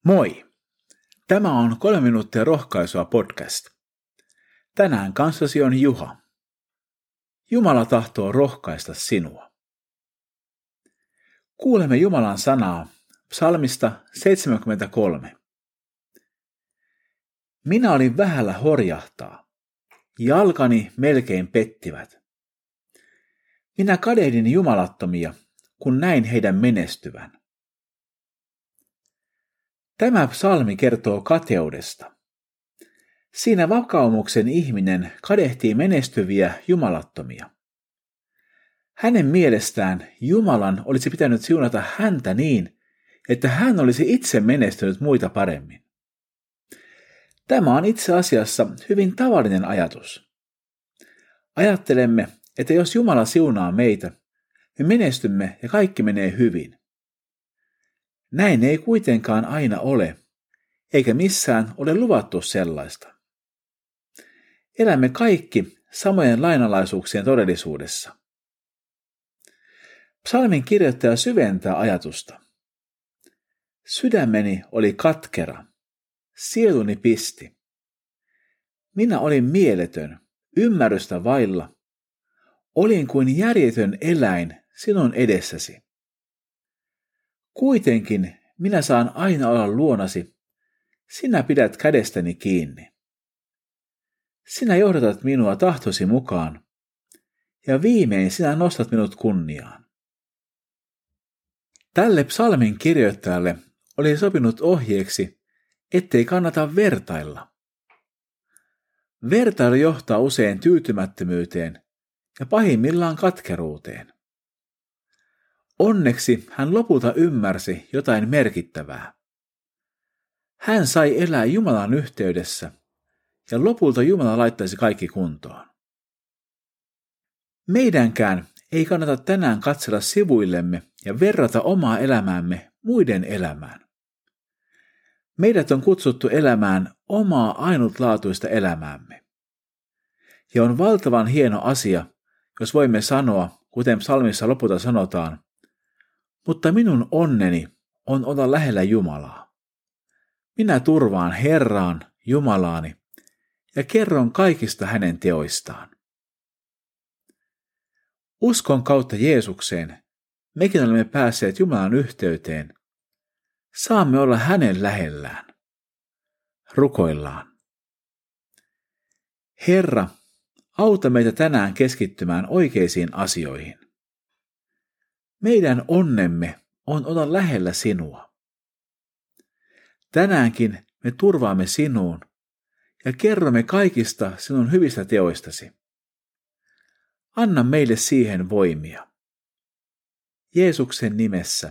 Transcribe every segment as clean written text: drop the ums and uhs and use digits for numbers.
Moi! Tämä on 3 minuuttia rohkaisua podcast. Tänään kanssasi on Juha. Jumala tahtoo rohkaista sinua. Kuulemme Jumalan sanaa psalmista 73. Minä olin vähällä horjahtaa. Jalkani melkein pettivät. Minä kadehdin jumalattomia, kun näin heidän menestyvän. Tämä psalmi kertoo kateudesta. Siinä vakaumuksen ihminen kadehtii menestyviä jumalattomia. Hänen mielestään Jumalan olisi pitänyt siunata häntä niin, että hän olisi itse menestynyt muita paremmin. Tämä on itse asiassa hyvin tavallinen ajatus. Ajattelemme, että jos Jumala siunaa meitä, me menestymme ja kaikki menee hyvin. Näin ei kuitenkaan aina ole, eikä missään ole luvattu sellaista. Elämme kaikki samojen lainalaisuuksien todellisuudessa. Psalmin kirjoittaja syventää ajatusta. Sydämeni oli katkera, sieluni pisti. Minä olin mieletön, ymmärrystä vailla. Olin kuin järjetön eläin sinun edessäsi. Kuitenkin minä saan aina olla luonasi, sinä pidät kädestäni kiinni. Sinä johdatat minua tahtosi mukaan, ja viimein sinä nostat minut kunniaan. Tälle psalmin kirjoittajalle oli sopinut ohjeeksi, ettei kannata vertailla. Vertailu johtaa usein tyytymättömyyteen ja pahimmillaan katkeruuteen. Onneksi hän lopulta ymmärsi jotain merkittävää. Hän sai elää Jumalan yhteydessä, ja lopulta Jumala laittaisi kaikki kuntoon. Meidänkään ei kannata tänään katsella sivuillemme ja verrata omaa elämäämme muiden elämään. Meidät on kutsuttu elämään omaa ainutlaatuista elämäämme. Ja on valtavan hieno asia, jos voimme sanoa, kuten psalmissa lopulta sanotaan, mutta minun onneni on olla lähellä Jumalaa. Minä turvaan Herraan, Jumalaani, ja kerron kaikista hänen teoistaan. Uskon kautta Jeesukseen mekin olemme päässeet Jumalan yhteyteen. Saamme olla hänen lähellään. Rukoillaan. Herra, auta meitä tänään keskittymään oikeisiin asioihin. Meidän onnemme on olla lähellä sinua. Tänäänkin me turvaamme sinuun ja kerromme kaikista sinun hyvistä teoistasi. Anna meille siihen voimia. Jeesuksen nimessä.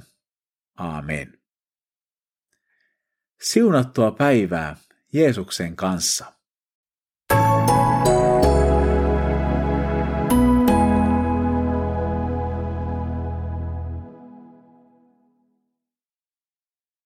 Aamen. Siunattua päivää Jeesuksen kanssa.